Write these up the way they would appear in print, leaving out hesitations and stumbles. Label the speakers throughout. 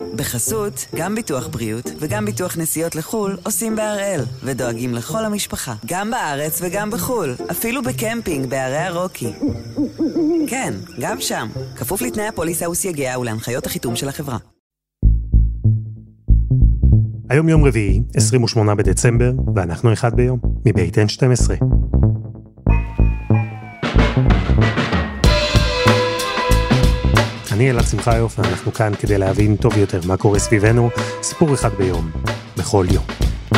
Speaker 1: בחסות, גם ביטוח בריאות וגם ביטוח נסיעות לחול עושים בהראל, ודואגים לכל המשפחה, גם בארץ וגם בחול, אפילו בקמפינג בערי הרוקי. כן, גם שם, כפוף לתנאי הפוליסה וסייגיה ולהנחיות החיתום של החברה.
Speaker 2: היום יום רביעי, 28 בדצמבר, ואנחנו אחד ביום, מבית N12. אני אלעד שמחיוף, ואנחנו כאן כדי להבין טוב יותר מה קורה סביבנו, סיפור אחד ביום, בכל יום.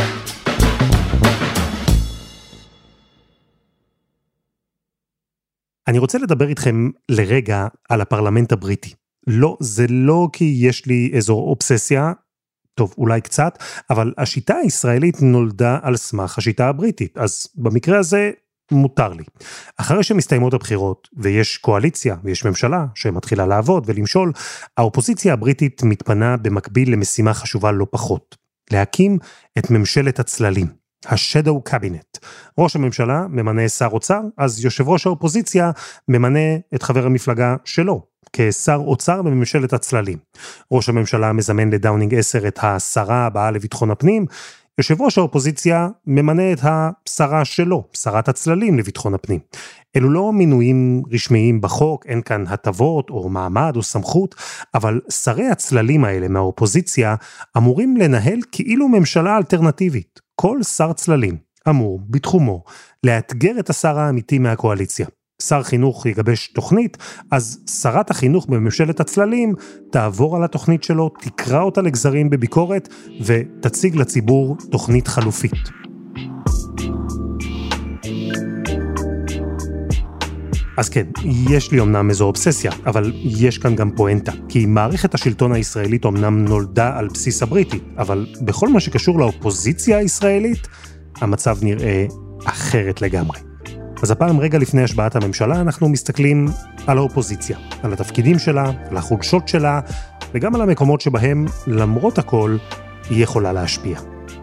Speaker 2: אני רוצה לדבר איתכם לרגע על הפרלמנט הבריטי. לא, זה לא כי יש לי איזו אובססיה, טוב, אולי קצת, אבל השיטה הישראלית נולדה על סמך השיטה הבריטית, אז במקרה הזה מותר לי. אחרי שמסתיימות הבחירות, ויש קואליציה, ויש ממשלה שמתחילה לעבוד ולמשול, האופוזיציה הבריטית מתפנה במקביל למשימה חשובה לא פחות, להקים את ממשלת הצללים, ה-Shadow Cabinet. ראש הממשלה ממנה שר אוצר, אז יושב ראש האופוזיציה ממנה את חבר המפלגה שלו, כשר אוצר בממשלת הצללים. ראש הממשלה מזמן לדאונינג 10 את השרה הבאה לביטחון הפנים, יושב ראש האופוזיציה ממנה את השרה שלו, שרת הצללים לביטחון הפנים. אלו לא מינויים רשמיים בחוק, אין כאן הטבות או מעמד או סמכות, אבל שרי הצללים האלה מהאופוזיציה אמורים לנהל כאילו ממשלה אלטרנטיבית. כל שר צללים אמור בתחומו לאתגר את השר האמיתי מהקואליציה. שר חינוך יגבש תוכנית, אז שרת החינוך בממשלת הצללים תעבור על התוכנית שלו, תקרא אותה לגזרים בביקורת, ותציג לציבור תוכנית חלופית. אז כן, יש לי אומנם איזו אובססיה, אבל יש כאן גם פואנטה, כי מערכת השלטון הישראלית אומנם נולדה על בסיס הבריטי, אבל בכל מה שקשור לאופוזיציה הישראלית, המצב נראה אחרת לגמרי. אז הפעם רגע לפני השבעת הממשלה אנחנו מסתכלים על האופוזיציה, על התפקידים שלה, על החולשות שלה, וגם על המקומות שבהם, למרות הכל, היא יכולה להשפיע.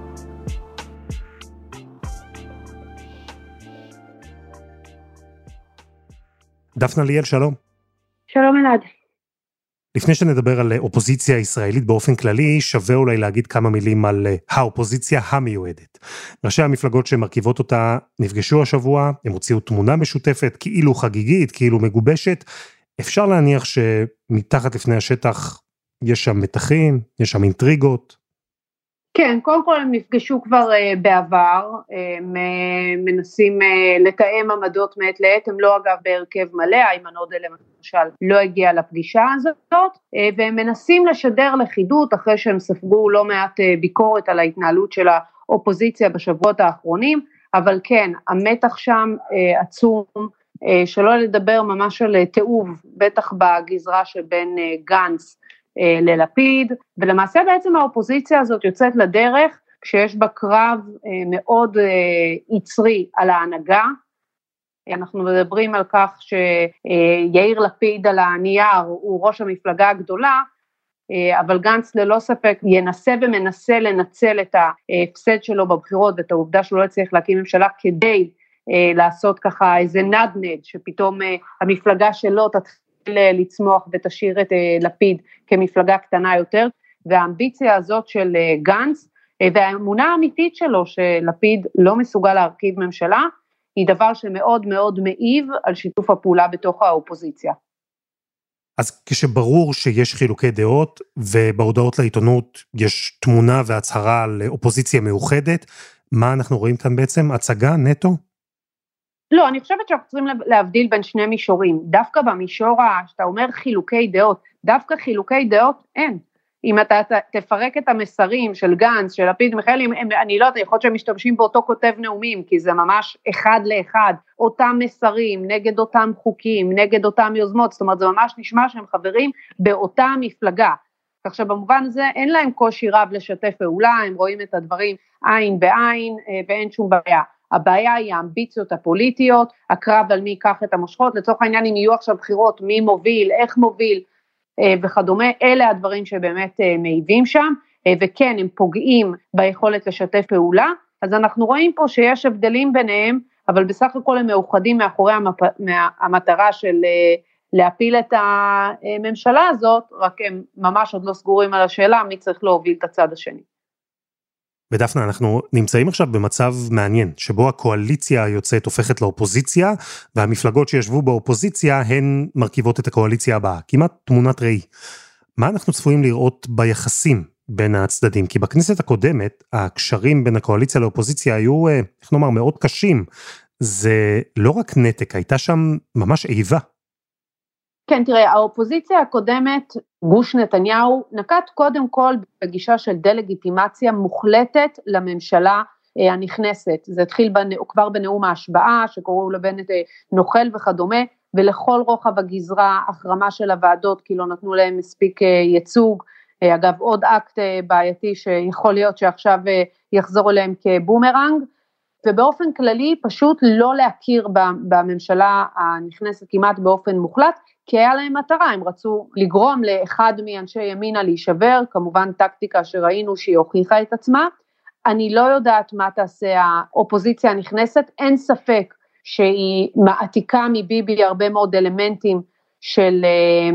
Speaker 2: דפנה ליאל, שלום.
Speaker 3: שלום אלעד.
Speaker 2: לפני שנדבר על אופוזיציה ישראלית באופן כללי, שווה אולי להגיד כמה מילים על האופוזיציה המיועדת. ראשי המפלגות שמרכיבות אותה נפגשו השבוע, הם הוציאו תמונה משותפת, כאילו חגיגית, כאילו מגובשת. אפשר להניח שמתחת לפני השטח יש שם מתחים, יש שם אינטריגות.
Speaker 3: כן, קודם כל הם נפגשו כבר בעבר, הם מנסים לתאם עמדות מעת לעת, הם לא אגב בהרכב מלא, איימן עודה למשל לא הגיע לפגישה הזאת, והם מנסים לשדר לחידות אחרי שהם ספגו לא מעט ביקורת על ההתנהלות של האופוזיציה בשבועות האחרונים, אבל כן, המתח שם עצום, שלא לדבר ממש על תיעוב, בטח בגזרה שבין גנץ ללפיד, ולמעשה בעצם האופוזיציה הזאת יוצאת לדרך, כשיש בה קרב מאוד יצרי על ההנהגה, אנחנו מדברים על כך שיאיר לפיד על הנייר הוא ראש המפלגה הגדולה, אבל גנץ ללא ספק ינסה ומנסה לנצל את ההפסד שלו בבחירות, ואת העובדה שהוא לא צריך להקים ממשלה כדי לעשות ככה איזה נדנד, שפתאום המפלגה שלו תתחיל לצמוח ותשאיר את לפיד כמפלגה קטנה יותר, והאמביציה הזאת של גנץ, והאמונה האמיתית שלו שלפיד לא מסוגל להרכיב ממשלה, היא דבר שמאוד מאוד מעיב על שיתוף הפעולה בתוך האופוזיציה.
Speaker 2: אז כשברור שיש חילוקי דעות, ובהודעות לעיתונות יש תמונה והצהרה על אופוזיציה מאוחדת, מה אנחנו רואים כאן בעצם? הצגה נטו?
Speaker 3: לא, אני חושבת שאנחנו צריכים להבדיל בין שני מישורים, דווקא במישור שאתה אומר חילוקי דעות, דווקא חילוקי דעות אין, אם אתה תפרק את המסרים של גנץ, של לפיד מיכאלי, אני לא יודעת, יכול להיות שהם משתמשים באותו כותב נאומים, כי זה ממש אחד לאחד, אותם מסרים, נגד אותם חוקים, נגד אותם יוזמות, זאת אומרת זה ממש נשמע שהם חברים באותה מפלגה, כך שבמובן הזה אין להם קושי רב לשתף פעולה, הם רואים את הדברים עין בעין ואין שום בעיה. הבעיה היא האמביציות הפוליטיות, הקרב על מי ייקח את המושכות, לצורך העניין אם יהיו עכשיו בחירות, מי מוביל, איך מוביל וכדומה, אלה הדברים שבאמת מעיבים שם, וכן הם פוגעים ביכולת לשתף פעולה, אז אנחנו רואים פה שיש הבדלים ביניהם, אבל בסך הכל הם מאוחדים מאחורי המטרה של להפיל את הממשלה הזאת, רק הם ממש עוד לא סגורים על השאלה, מי צריך להוביל את הצד השני.
Speaker 2: ודפנה, אנחנו נמצאים עכשיו במצב מעניין, שבו הקואליציה היוצאת הופכת לאופוזיציה, והמפלגות שישבו באופוזיציה הן מרכיבות את הקואליציה הבאה, כמעט תמונת ראי. מה אנחנו צפויים לראות ביחסים בין הצדדים? כי בכנסת הקודמת, הקשרים בין הקואליציה לאופוזיציה היו, איך נאמר, מאוד קשים. זה לא רק נתק, הייתה שם ממש איבה.
Speaker 3: כן, תראה, האופוזיציה הקודמת, גוש נתניהו, נקט קודם כל בגישה של דה-לגיטימציה מוחלטת לממשלה הנכנסת. זה התחיל כבר בנאום ההשבעה, שקוראו לבנט נוכל וכדומה, ולכל רוחב הגזרה, החרמה של הוועדות, כי לא נתנו להם מספיק ייצוג. אגב, עוד אקט בעייתי שיכול להיות שעכשיו יחזור אליהם כבומרנג, ובאופן כללי פשוט לא להכיר בממשלה הנכנסת כמעט באופן מוחלט, כי היה להם מטרה, הם רצו לגרום לאחד מאנשי ימינה להישבר, כמובן טקטיקה שראינו שהיא הוכיחה את עצמה. אני לא יודעת מה תעשה האופוזיציה הנכנסת, אין ספק שהיא מעתיקה מביבי הרבה מאוד אלמנטים של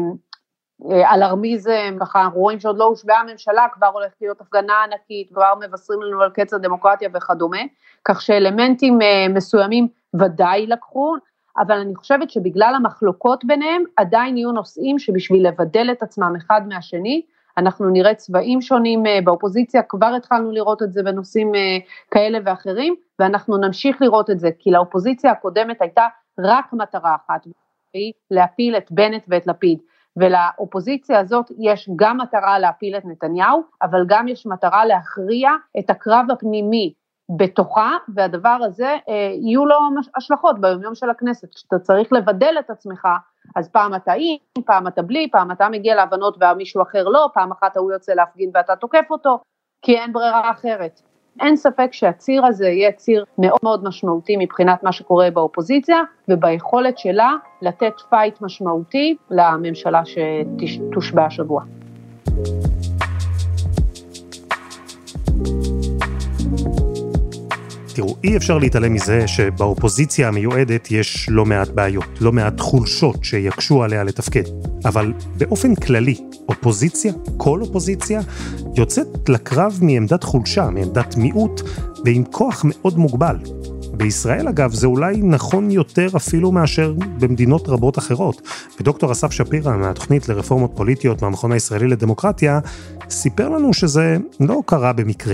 Speaker 3: אלרמיזם, ככה אנחנו רואים שעוד לא הושבעה הממשלה, כבר הולכת להיות הפגנה ענקית, כבר מבשרים לנו על קץ הדמוקרטיה וכדומה, כך שאלמנטים מסוימים ודאי לקחו, אבל אני חושבת שבגלל המחלוקות ביניהם, עדיין יהיו נושאים שבשביל לבדל את עצמם אחד מהשני, אנחנו נראה צבעים שונים באופוזיציה, כבר התחלנו לראות את זה בנושאים כאלה ואחרים, ואנחנו נמשיך לראות את זה, כי לאופוזיציה הקודמת הייתה רק מטרה אחת, והיא להפיל את בנט ואת לפיד, ולאופוזיציה הזאת יש גם מטרה להפיל את נתניהו, אבל גם יש מטרה להכריע את הקרב הפנימי בתוכה, והדבר הזה יהיו לו השלכות ביום של הכנסת, כשאתה צריך לבדל את עצמך, אז פעם אתה עם, פעם אתה בלי, פעם אתה מגיע להבנות ומישהו אחר לא, פעם אחת הוא יוצא להפגין ואתה תוקף אותו, כי אין ברירה אחרת. אין ספק שהציר הזה יהיה ציר מאוד מאוד משמעותי מבחינת מה שקורה באופוזיציה, וביכולת שלה לתת פייט משמעותי לממשלה שתושבע השבוע.
Speaker 2: תראו, אי אפשר להתעלם מזה שבאופוזיציה המיועדת יש לא מעט בעיות, לא מעט חולשות שיקשו עליה לתפקד. אבל באופן כללי, אופוזיציה, כל אופוזיציה, יוצאת לקרב מעמדת חולשה, מעמדת מיעוט, ועם כוח מאוד מוגבל. בישראל אגב זה אולי נכון יותר אפילו מאשר במדינות רבות אחרות. ודוקטור אסף שפירא מהתוכנית לרפורמות פוליטיות מהמכון הישראלי לדמוקרטיה, סיפר לנו שזה לא קרה במקרה.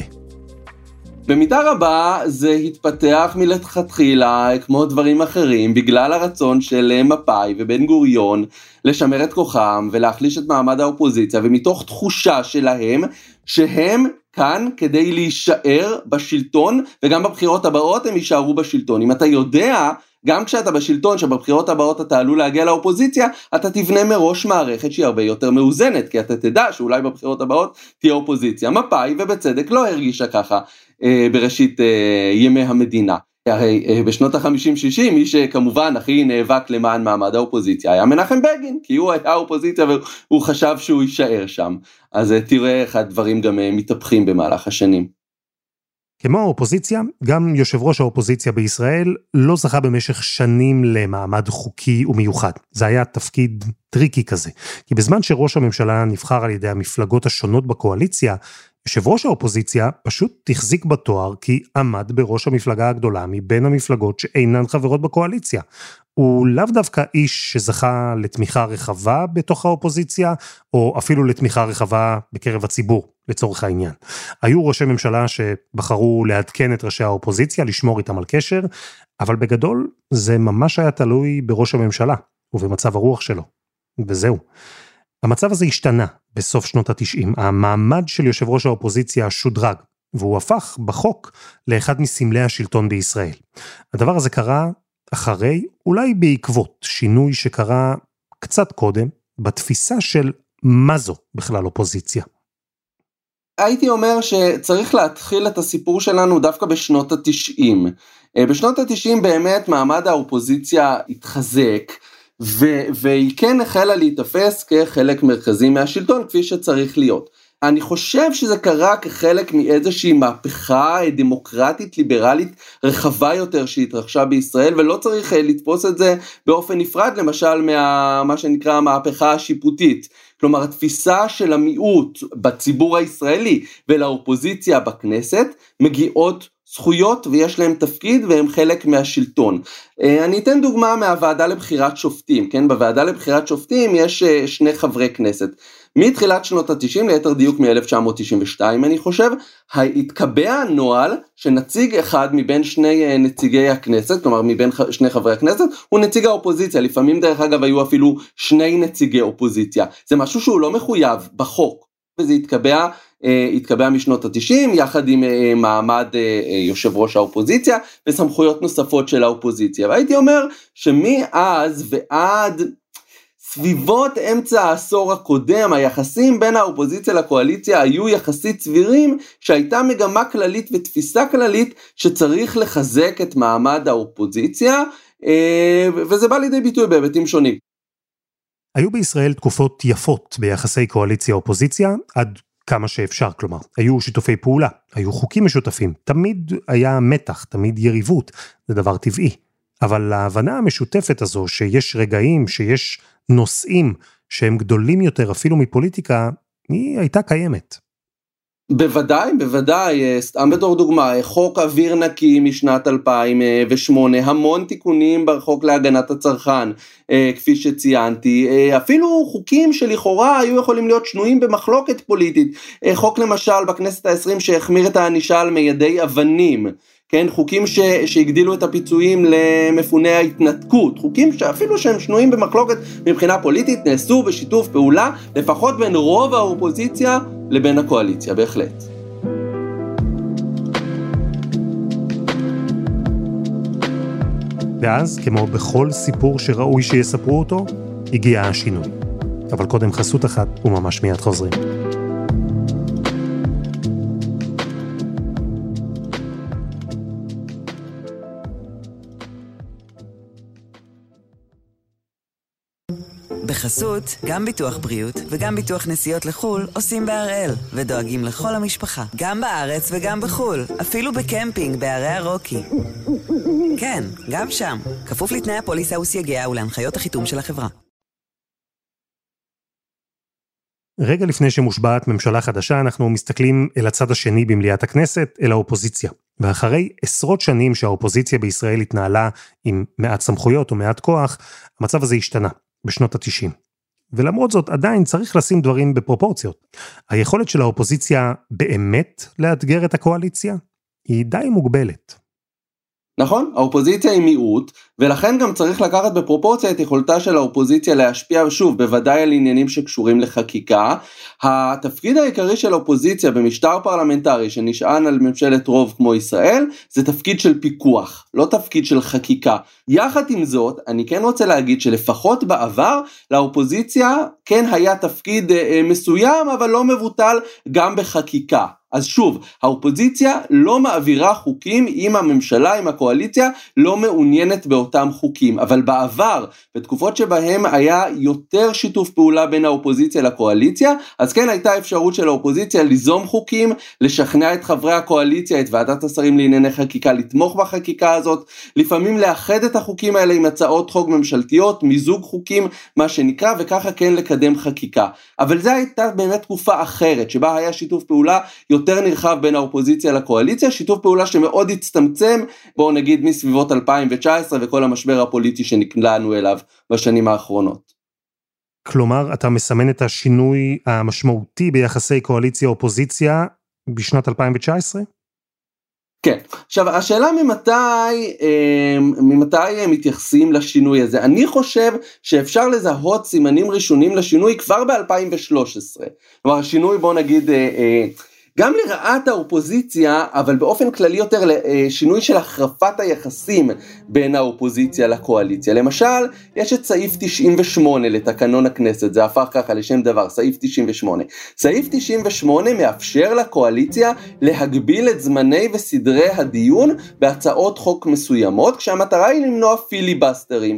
Speaker 4: במידה רבה זה התפתח מלכתחילה כמו דברים אחרים, בגלל הרצון של מפא"י ובן גוריון לשמר את כוחם ולהחליש את מעמד האופוזיציה, ומתוך תחושה שלהם שהם כאן כדי להישאר בשלטון, וגם בבחירות הבאות הם יישארו בשלטון. אם אתה יודע, גם כשאתה בשלטון שבבחירות הבאות אתה עלול להגיע לאופוזיציה, אתה תבנה מראש מערכת שהיא הרבה יותר מאוזנת, כי אתה תדע שאולי בבחירות הבאות תהיה אופוזיציה. מפא"י ובצדק לא הרגישה ככה בראשית ימי המדינה. הרי בשנות ה-50-60 מי שכמובן הכי נאבק למען מעמד האופוזיציה היה מנחם בגין, כי הוא היה האופוזיציה והוא חשב שהוא יישאר שם. אז תראה איך הדברים גם מתהפכים במהלך השנים.
Speaker 2: כמו האופוזיציה, גם יושב ראש האופוזיציה בישראל לא זכה במשך שנים למעמד חוקי ומיוחד. זה היה תפקיד טריקי כזה. כי בזמן שראש הממשלה נבחר על ידי המפלגות השונות בקואליציה, יושב ראש האופוזיציה פשוט תחזיק בתואר כי עמד בראש המפלגה הגדולה מבין המפלגות שאינן חברות בקואליציה. הוא לאו דווקא איש שזכה לתמיכה רחבה בתוך האופוזיציה, או אפילו לתמיכה רחבה בקרב הציבור, לצורך העניין. היו ראשי ממשלה שבחרו לעדכן את ראשי האופוזיציה, לשמור איתם על קשר, אבל בגדול זה ממש היה תלוי בראש הממשלה, ובמצב הרוח שלו. וזהו. המצב הזה השתנה בסוף שנות ה-90. המעמד של יושב ראש האופוזיציה שודרג, והוא הפך בחוק לאחד מסמלי השלטון בישראל. הדבר הזה קרה אחרי, אולי בעקבות, שינוי שקרה קצת קודם, בתפיסה של מה זו בכלל אופוזיציה.
Speaker 4: הייתי אומר שצריך להתחיל את הסיפור שלנו דווקא בשנות ה-90. בשנות ה-90 באמת מעמד האופוזיציה התחזק, והיא כן החלה להתאפס כחלק מרכזי מהשלטון, כפי שצריך להיות. אני חושב שזה קרה כחלק מאיזושהי מהפכה דמוקרטית ליברלית רחבה יותר שהתרחשה בישראל, ולא צריך לתפוס את זה באופן נפרד, למשל מה שנקרא המהפכה השיפוטית. כלומר, התפיסה של המיעוט בציבור הישראלי ולאופוזיציה בכנסת מגיעות זכויות ויש להם תפקיד והם חלק מהשלטון. אני אתן דוגמה מהוועדה לבחירת שופטים, כן? בוועדה לבחירת שופטים יש 2 חברי כנסת. מתחילת שנות ה-90, ליתר דיוק מ-1992, אני חושב, התקבע הנוהל שנציג אחד מבין 2 נציגי הכנסת, כלומר מבין 2 חברי הכנסת, הוא נציג האופוזיציה. לפעמים דרך אגב היו אפילו 2 נציגי אופוזיציה. זה משהו שהוא לא מחויב בחוק, וזה התקבע משנות ה-90, יחד עם מעמד יושב ראש האופוזיציה, וסמכויות נוספות של האופוזיציה. והייתי אומר שמאז ועד סביבות אמצע העשור הקודם, היחסים בין האופוזיציה לקואליציה היו יחסית סבירים, שהייתה מגמה כללית ותפיסה כללית שצריך לחזק את מעמד האופוזיציה, וזה בא לידי ביטוי בהיבטים שונים.
Speaker 2: היו בישראל תקופות יפות ביחסי קואליציה-אופוזיציה, עד כמה שאפשר, כלומר. היו שיתופי פעולה, היו חוקים משותפים, תמיד היה מתח, תמיד יריבות, זה דבר טבעי. אבל ההבנה המשותפת הזו, שיש רגעים, שיש נושאים שהם גדולים יותר אפילו מפוליטיקה, היא הייתה קיימת.
Speaker 4: בוודאי, סתם בתור דוגמה, חוק אוויר נקי משנת 2008, המון תיקונים בחוק להגנת הצרכן, כפי שציינתי, אפילו חוקים שלכאורה היו יכולים להיות שנויים במחלוקת פוליטית, חוק למשל בכנסת ה-20 שהחמיר את הענישה על מיידי אבנים, כן, חוקים שהגדילו את הפיצויים למפוני ההתנתקות, חוקים שאפילו שהם שנויים במחלוקת מבחינה פוליטית, נעשו בשיתוף פעולה, לפחות בין רוב האופוזיציה לבין הקואליציה, בהחלט.
Speaker 2: ואז, כמו בכל סיפור שראוי שיספרו אותו, הגיע השינוי. אבל קודם חסות אחת, וממש מיד חוזרים.
Speaker 1: בחסות, גם ביטוח בריאות וגם ביטוח נסיעות לחול עושים בהראל, ודואגים לכל המשפחה, גם בארץ וגם בחול, אפילו בקמפינג בערי הרוקי. כן, גם שם, כפוף לתנאי הפוליסה וסייגיה ולהנחיות החיתום של החברה.
Speaker 2: רגע לפני שמושבעת ממשלה חדשה, אנחנו מסתכלים אל הצד השני במליאת הכנסת, אל האופוזיציה. ואחרי עשרות שנים שהאופוזיציה בישראל התנהלה עם מעט סמכויות או מעט כוח, המצב הזה השתנה. בשנות ה-90. ולמרות זאת, עדיין צריך לשים דברים בפרופורציות. היכולת של האופוזיציה באמת לאתגר את הקואליציה היא די מוגבלת.
Speaker 4: נכון, האופוזיציה היא מיעוט, ולכן גם צריך לקחת בפרופורציה את יכולתה של האופוזיציה להשפיע, שוב, בוודאי על עניינים שקשורים לחקיקה. התפקיד העיקרי של האופוזיציה במשטר פרלמנטרי שנשען על ממשלת רוב כמו ישראל, זה תפקיד של פיקוח, לא תפקיד של חקיקה. יחד עם זאת, אני כן רוצה להגיד שלפחות בעבר, לאופוזיציה כן היה תפקיד מסוים, אבל לא מבוטל גם בחקיקה. אז שוב, האופוזיציה לא מעבירה חוקים אם הממשלה, אם הקואליציה, לא מעוניינת באותם חוקים. אבל בעבר, בתקופות שבהם היה יותר שיתוף פעולה בין האופוזיציה לקואליציה, אז כן הייתה אפשרות של האופוזיציה ליזום חוקים, לשכנע את חברי הקואליציה, את ועדת השרים לענייני חקיקה, לתמוך בחקיקה הזאת, לפעמים לאחד את החוקים האלה עם הצעות חוק ממשלתיות, מיזוג חוקים, מה שנקרא, וככה כן לקדם חקיקה. אבל זו הייתה באמת תקופה אחרת, שבה היה שיתוף פעולה יותר נרחב בין האופוזיציה לקואליציה, שיתוף פעולה שמאוד הצטמצם, בואו נגיד מסביבות 2019 וכל המשבר הפוליטי שנקלענו אליו בשנים האחרונות.
Speaker 2: כלומר, אתה מסמן את השינוי המשמעותי ביחסי קואליציה-אופוזיציה בשנת 2019?
Speaker 4: כן, עכשיו השאלה ממתי מתייחסים לשינוי הזה. אני חושב שאפשר לזהות סימנים ראשונים לשינוי כבר ב-2013. כלומר השינוי, בוא נגיד, גם לרעת האופוזיציה, אבל באופן כללי יותר לשינוי של החרפת היחסים בין האופוזיציה לקואליציה. למשל, יש את סעיף 98 לתקנון הכנסת, זה הפך ככה לשם דבר, סעיף 98. סעיף 98 מאפשר לקואליציה להגביל את זמני וסדרי הדיון בהצעות חוק מסוימות, כשהמטרה היא למנוע פיליבסטרים.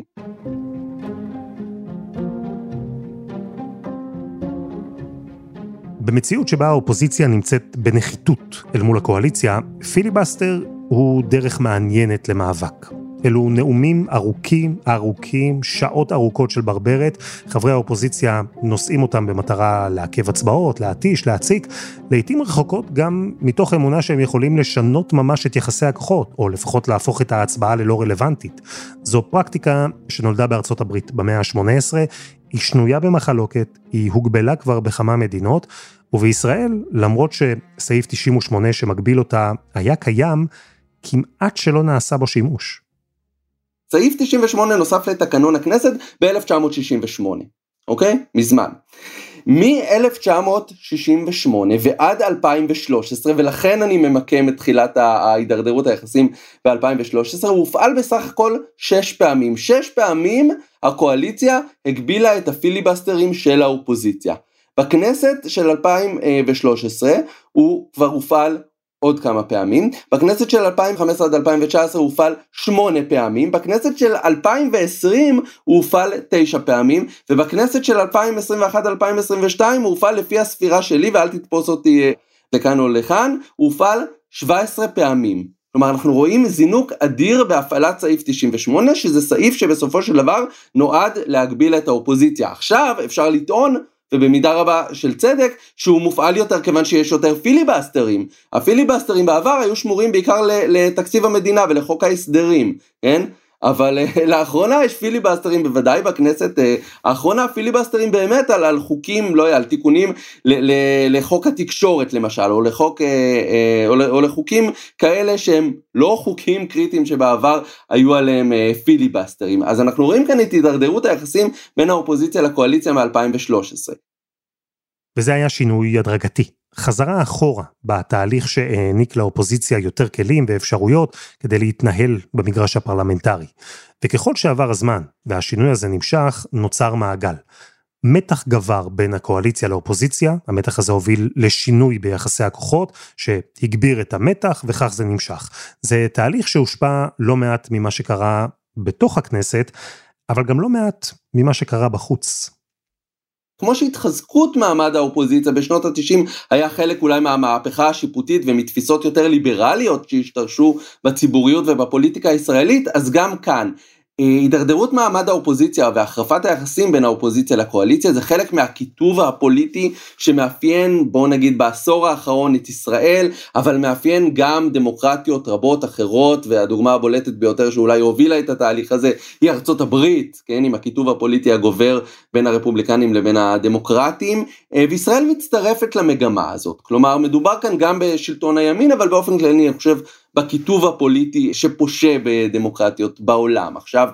Speaker 2: במציאות שבה האופוזיציה נמצאת בנחיתות אל מול הקואליציה, פיליבסטר הוא דרך מעניינת למאבק. אלו נאומים ארוכים, שעות ארוכות של ברברת. חברי האופוזיציה נושאים אותם במטרה לעכב הצבעות, להתיש, להציק, לעתים רחוקות גם מתוך אמונה שהם יכולים לשנות ממש את יחסי הכוחות, או לפחות להפוך את ההצבעה ללא רלוונטית. זו פרקטיקה שנולדה בארצות הברית במאה ה-18, היא שנויה במחלוקת, היא הוגבלה כבר בכמה מדינות, ובישראל, למרות שסעיף 98 שמגביל אותה היה קיים, כמעט שלא נעשה בו שימוש.
Speaker 4: סעיף 98 נוסף לתקנון הכנסת ב-1968, אוקיי? מזמן. מ-1968 ועד 2013, ולכן אני ממקם את תחילת ההידרדרות היחסים ב-2013, הוא הופעל בסך הכל 6 פעמים. 6 פעמים הקואליציה הגבילה את הפיליבסטרים של האופוזיציה. בכנסת של 2013 הוא כבר הופעל עוד כמה פעמים, בכנסת של 2015 עד 2019 הוא הופעל 8 פעמים, בכנסת של 2020 הוא הופעל 9 פעמים, ובכנסת של 2021 עד 2022 הוא הופעל לפי הספירה שלי, ואל תתפוס אותי לכאן או לכאן, הוא הופעל 17 פעמים. כלומר, אנחנו רואים זינוק אדיר בהפעלת סעיף 98, שזה סעיף שבסופו של דבר נועד להגביל את האופוזיציה. עכשיו אפשר לטעון, ובמידה רבה של צדק, שהוא מופעל יותר כיוון שיש יותר פיליבסטרים. הפיליבסטרים בעבר היו שמורים בעיקר לתקציב המדינה ולחוק ההסדרים, כן? אבל לאחרונה יש פיליבסטרים בוודאי בכנסת, האחרונה פיליבסטרים באמת על חוקים, לא על תיקונים לחוק התקשורת למשל, או לחוקים כאלה שהם לא חוקים קריטיים שבעבר היו עליהם פיליבסטרים. אז אנחנו רואים כאן את הידרדרות היחסים בין האופוזיציה לקואליציה מ-2013.
Speaker 2: וזה היה שינוי הדרגתי. חזרה אחורה בתהליך שהעניק לאופוזיציה יותר כלים ואפשרויות כדי להתנהל במגרש הפרלמנטרי. וככל שעבר הזמן והשינוי הזה נמשך, נוצר מעגל. מתח גבר בין הקואליציה לאופוזיציה, המתח הזה הוביל לשינוי ביחסי הכוחות, שהגביר את המתח וכך זה נמשך. זה תהליך שהושפע לא מעט ממה שקרה בתוך הכנסת, אבל גם לא מעט ממה שקרה בחוץ.
Speaker 4: כמו שהתחזקות מעמד האופוזיציה בשנות ה-90 היה חלק אולי מהמהפכה השיפוטית ומתפיסות יותר ליברליות שהשתרשו בציבוריות ובפוליטיקה הישראלית, אז גם כאן. הידרדרות מעמד האופוזיציה והחרפת היחסים בין האופוזיציה לקואליציה זה חלק מהכיתוב הפוליטי שמאפיין, בוא נגיד, בעשור האחרון את ישראל, אבל מאפיין גם דמוקרטיות רבות אחרות, והדוגמה הבולטת ביותר שאולי הובילה את התהליך הזה היא ארצות הברית, כן, עם הכיתוב הפוליטי הגובר בין הרפובליקנים לבין הדמוקרטים, וישראל מצטרפת למגמה הזאת. כלומר, מדובר כאן גם בשלטון הימין, אבל באופן כללי אני חושב בכיתוב הפוליטי שפושה בדמוקרטיות בעולם. עכשיו,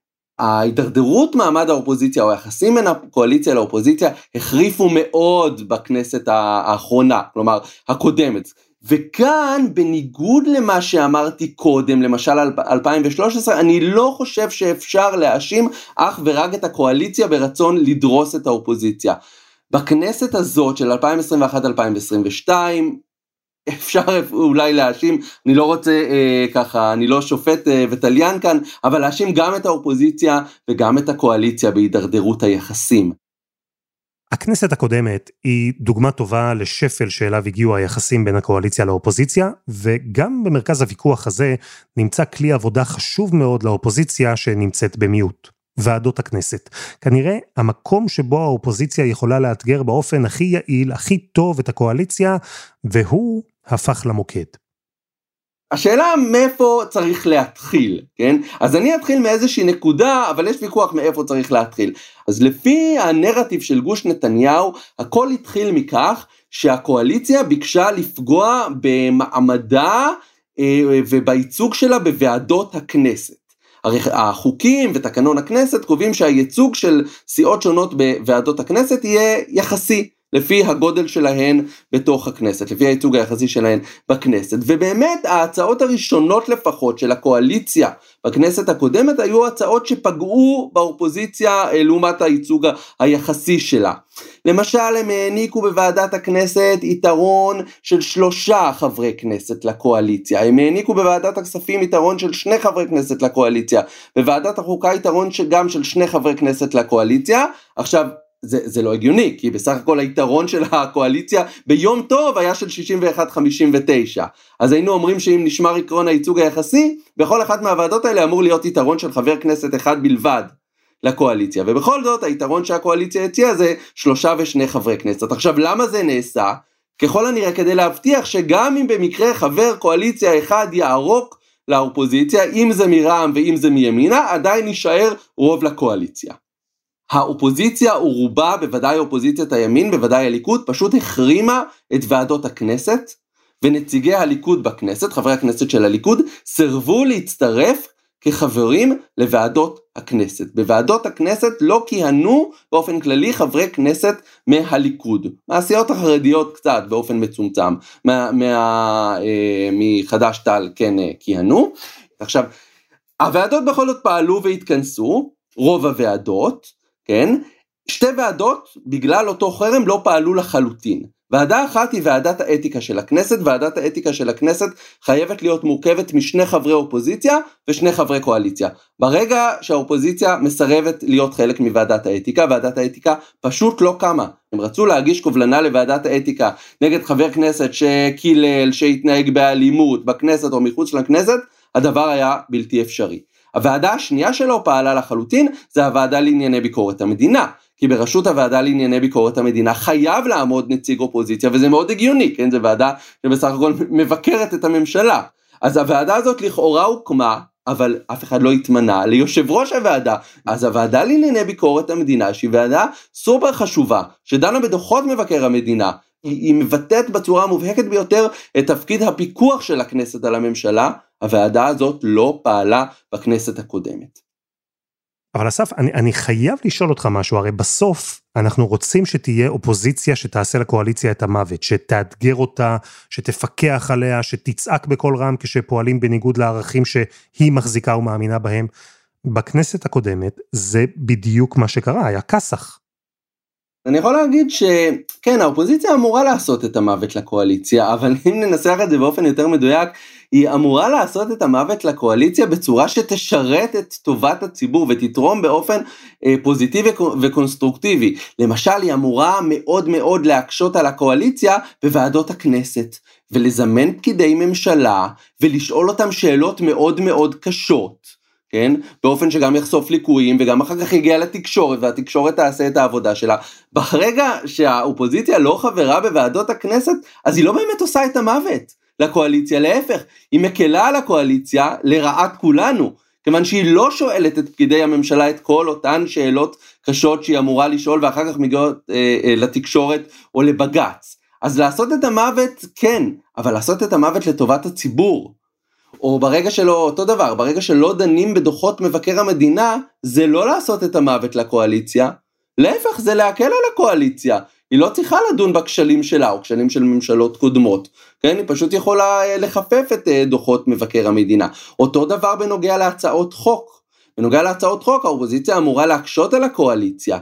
Speaker 4: ההידרדרות מעמד האופוזיציה או היחסים בין הקואליציה לאופוזיציה החריפו מאוד בכנסת האחרונה, כלומר הקודמת. וכאן, בניגוד למה שאמרתי קודם, למשל 2013, אני לא חושב שאפשר להאשים אך ורק את הקואליציה ברצון לדרוס את האופוזיציה. בכנסת הזאת של 2021-2022, אפשר אולי להאשים, אני לא רוצה ככה, אני לא שופט ותליין כאן, אבל להאשים גם את האופוזיציה וגם את הקואליציה בהידרדרות היחסים.
Speaker 2: הכנסת הקודמת היא דוגמה טובה לשפל שאליו הגיעו היחסים בין הקואליציה לאופוזיציה, וגם במרכז הוויכוח הזה נמצא כלי עבודה חשוב מאוד לאופוזיציה שנמצאת במיעוט. ועדות הכנסת. כנראה המקום שבו האופוזיציה יכולה לאתגר באופן הכי יעיל, הכי טוב את הקואליציה, והוא הפך למוקד.
Speaker 4: השאלה מאיפה צריך להתחיל, כן? אז אני אתחיל מאיזושהי נקודה, אבל יש ויכוח מאיפה צריך להתחיל. אז לפי הנרטיב של גוש נתניהו, הכל התחיל מכך שהקואליציה ביקשה לפגוע במעמדה ובייצוג שלה בוועדות הכנסת. החוקים ותקנון הכנסת קובעים שהייצוג של סיעות שונות בוועדות הכנסת יהיה יחסי, לפי הגודל שלהן בתוך הכנסת, לפי הייצוג היחסי שלהן בכנסת. ובאמת ההצעות הראשונות לפחות של הקואליציה בכנסת הקודמת היו הצעות שפגעו באופוזיציה לעומת הייצוג היחסי שלה. למשל, הם העניקו בוועדת הכנסת יתרון של 3 חברי כנסת לקואליציה, הם העניקו בוועדת הכספים יתרון של 2 חברי כנסת לקואליציה, בוועדת החוקה יתרון גם של 2 חברי כנסת לקואליציה. עכשיו, זה לא הגיוני, כי בסך הכל היתרון של הקואליציה ביום טוב היה של 61-59. אז היינו אומרים שאם נשמר עקרון הייצוג היחסי, בכל אחת מהוועדות האלה אמור להיות יתרון של חבר כנסת אחד בלבד לקואליציה, ובכל זאת היתרון שהקואליציה הציעה זה 3 ו2 חברי כנסת. עכשיו למה זה נעשה? ככל הנראה כדי להבטיח שגם אם במקרה חבר קואליציה אחד יערוק לאופוזיציה, אם זה מרע"מ ואם זה מימינה, עדיין יישאר רוב לקואליציה. האופוזיציה ורובה, בוודאי אופוזיציית הימין, בוודאי הליכוד, פשוט החרימה את ועדות הכנסת, ונציגי הליכוד בכנסת, חברי הכנסת של הליכוד, סרבו להצטרף כחברים לוועדות הכנסת. בוועדות הכנסת לא כיהנו באופן כללי חברי כנסת מהליכוד. מהסיעות החרדיות קצת באופן מצומצם. מחד"ש תע"ל כן כיהנו. עכשיו, הוועדות בכל זאת פעלו והתכנסו, רוב הוועדות, כן? 2 ועדות בגלל אותו חרם לא פעלו לחלוטין. ועדה אחת היא ועדת האתיקה של הכנסת, ועדת האתיקה של הכנסת חייבת להיות מורכבת מ2 חברי אופוזיציה ו2 חברי קואליציה. ברגע שהאופוזיציה מסרבת להיות חלק מוועדת האתיקה, ועדת האתיקה פשוט לא קמה. הם רצו להגיש קובלנה לוועדת האתיקה נגד חבר כנסת שקילל, שהתנהג באלימות בכנסת או מחוץ לכנסת, הדבר היה בלתי אפשרי. הוועדה השנייה שלו פעלה לחלוטין, זה הוועדה לענייני ביקורת המדינה. כי בראשות הוועדה לענייני ביקורת המדינה חייב לעמוד נציג אופוזיציה, וזה מאוד הגיוני, כן? זו ועדה שבסך הכל מבקרת את הממשלה. אז הוועדה הזאת לכאורה הוקמה, אבל אף אחד לא התמנה ליושב ראש הוועדה. אז הוועדה לענייני ביקורת המדינה, שהיא ועדה סופר חשובה, שדנה בדוחות מבקר המדינה, היא מבטאת בצורה המובהקת ביותר את תפקיד הפיקוח של הכנסת על הממשלה, הוועדה הזאת לא פעלה בכנסת הקודמת.
Speaker 2: אבל אסף, אני חייב לשאול אותך משהו, הרי בסוף אנחנו רוצים שתהיה אופוזיציה שתעשה לקואליציה את המוות, שתאתגר אותה, שתפקח עליה, שתצעק בכל רם כשפועלים בניגוד לערכים שהיא מחזיקה ומאמינה בהם. בכנסת הקודמת זה בדיוק מה שקרה, היה כסח.
Speaker 4: אני יכול להגיד שכן, האופוזיציה אמורה לעשות את המוות לקואליציה, אבל אם ננסח את זה באופן יותר מדויק, היא אמורה לעשות את המוות לקואליציה בצורה שתשרת את טובת הציבור ותתרום באופן פוזיטיבי וקונסטרוקטיבי. למשל, היא אמורה מאוד מאוד להקשות על הקואליציה בוועדות הכנסת, ולזמן פקידי ממשלה, ולשאול אותם שאלות מאוד מאוד קשות. כן? באופן שגם יחשוף ליקויים, וגם אחר כך יגיע לתקשורת, והתקשורת תעשה את העבודה שלה. ברגע שהאופוזיציה לא חברה בוועדות הכנסת, אז היא לא באמת עושה את המוות לקואליציה, להפך, היא מקלה על הקואליציה לרעת כולנו, כיוון שהיא לא שואלת את פקידי הממשלה את כל אותן שאלות קשות שהיא אמורה לשאול, ואחר כך מגיעות לתקשורת או לבגץ. אז לעשות את המוות, כן, אבל לעשות את המוות לטובת הציבור, או ברגע שלא, אותו דבר, ברגע שלא דנים בדוחות מבקר המדינה, זה לא לעשות את המוות לקואליציה, להפך, זה להקל על הקואליציה, היא לא צריכה לדון בכשלים שלה, או כשלים של ממשלות קודמות, כן? היא פשוט יכולה לחפף את דוחות מבקר המדינה. אותו דבר בנוגע להצעות חוק, בנוגע להצעות חוק, האופוזיציה אמורה להקשות על הקואליציה,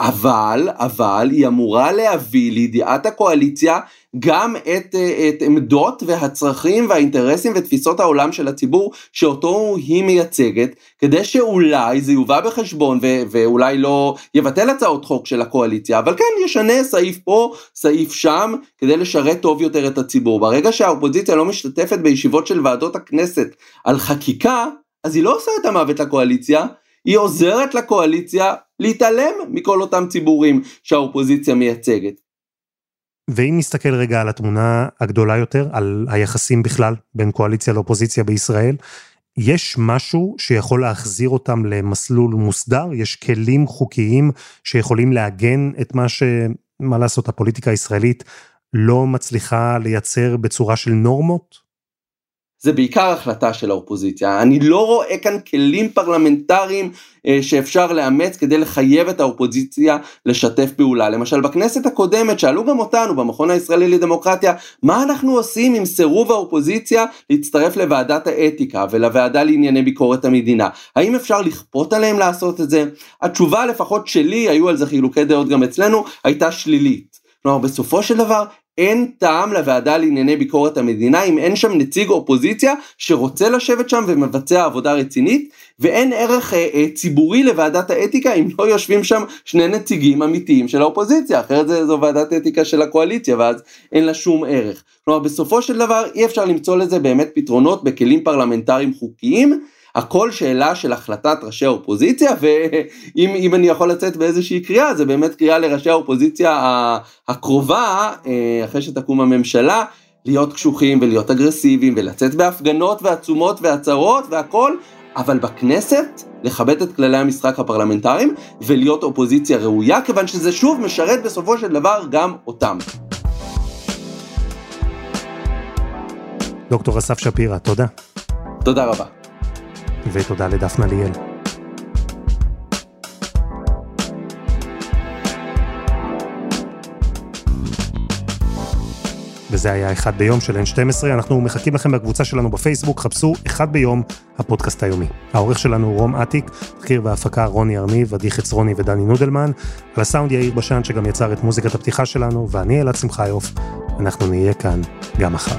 Speaker 4: אבל היא אמורה להביא לידיעת הקואליציה גם את עמדות והצרכים והאינטרסים ותפיסות העולם של הציבור שאותו היא מייצגת, כדי שאולי זה יובא בחשבון ואולי לא יבטל הצעות חוק של הקואליציה, אבל כן ישנה סעיף פה, סעיף שם, כדי לשרת טוב יותר את הציבור. ברגע שהאופוזיציה לא משתתפת בישיבות של ועדות הכנסת על חקיקה, אז היא לא עושה את המוות לקואליציה, היא עוזרת לקואליציה להתעלם מכל אותם ציבורים שהאופוזיציה מייצגת.
Speaker 2: ואם נסתכל רגע על התמונה הגדולה יותר, על היחסים בכלל בין קואליציה לאופוזיציה בישראל, יש משהו שיכול להחזיר אותם למסלול מוסדר? יש כלים חוקיים שיכולים להגן את מה לעשות, הפוליטיקה הישראלית לא מצליחה לייצר בצורה של נורמות?
Speaker 4: זה בעיקר החלטה של האופוזיציה. אני לא רואה כאן כלים פרלמנטריים שאפשר לאמץ כדי לחייב את האופוזיציה לשתף פעולה. למשל, בכנסת הקודמת, שאלו גם אותנו, במכון הישראלי לדמוקרטיה, מה אנחנו עושים עם סירוב האופוזיציה להצטרף לוועדת האתיקה ולוועדה לענייני ביקורת המדינה? האם אפשר לכפות עליהם לעשות את זה? התשובה לפחות שלי, היו על זה חילוקי דעות גם אצלנו, הייתה שלילית. כלומר, בסופו של דבר, אין טעם לוועדה לענייני ביקורת המדינה אם אין שם נציג אופוזיציה שרוצה לשבת שם ומבצע עבודה רצינית, ואין ערך ציבורי לוועדת האתיקה אם לא יושבים שם שני נציגים אמיתיים של האופוזיציה, אחרת זו ועדת אתיקה של הקואליציה ואז אין לה שום ערך. כלומר בסופו של דבר אי אפשר למצוא לזה באמת פתרונות בכלים פרלמנטריים חוקיים, הכל שאלה של החלטת ראשי האופוזיציה, ואם אני יכול לצאת באיזושהי קריאה, זה באמת קריאה לראשי האופוזיציה הקרובה, אחרי שתקום הממשלה, להיות קשוחים ולהיות אגרסיביים, ולצאת בהפגנות ועצומות והצהרות והכל, אבל בכנסת לכבד את כללי המשחק הפרלמנטריים, ולהיות אופוזיציה ראויה, כיוון שזה שוב משרת בסופו של דבר גם אותם.
Speaker 2: דוקטור אסף שפירא, תודה.
Speaker 4: תודה רבה.
Speaker 2: ותודה לדפנה ליאל. וזה היה אחד ביום של N12, אנחנו מחכים לכם בקבוצה שלנו בפייסבוק, חפשו אחד ביום הפודקאסט היומי. העורך שלנו הוא רום עתיק, תחקיר והפקה רוני ארניב, עדי חצרוני ודני נודלמן, על הסאונד יאיר בשן שגם יצר את מוזיקת הפתיחה שלנו, ואני אלעד שמחיוף, אנחנו נהיה כאן גם מחר.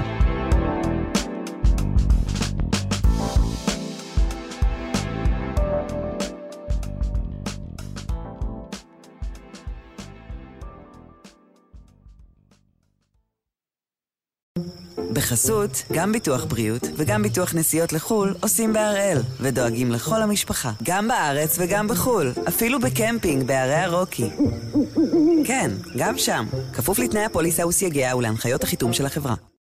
Speaker 1: בחסות, גם ביטוח בריאות וגם ביטוח נסיעות לחול עושים בהראל, ודואגים לכל המשפחה, גם בארץ וגם בחול, אפילו בקמפינג בערי הרוקי. כן, גם שם, כפוף לתנאי הפוליסה וסייגיה ולהנחיות החיתום של החברה.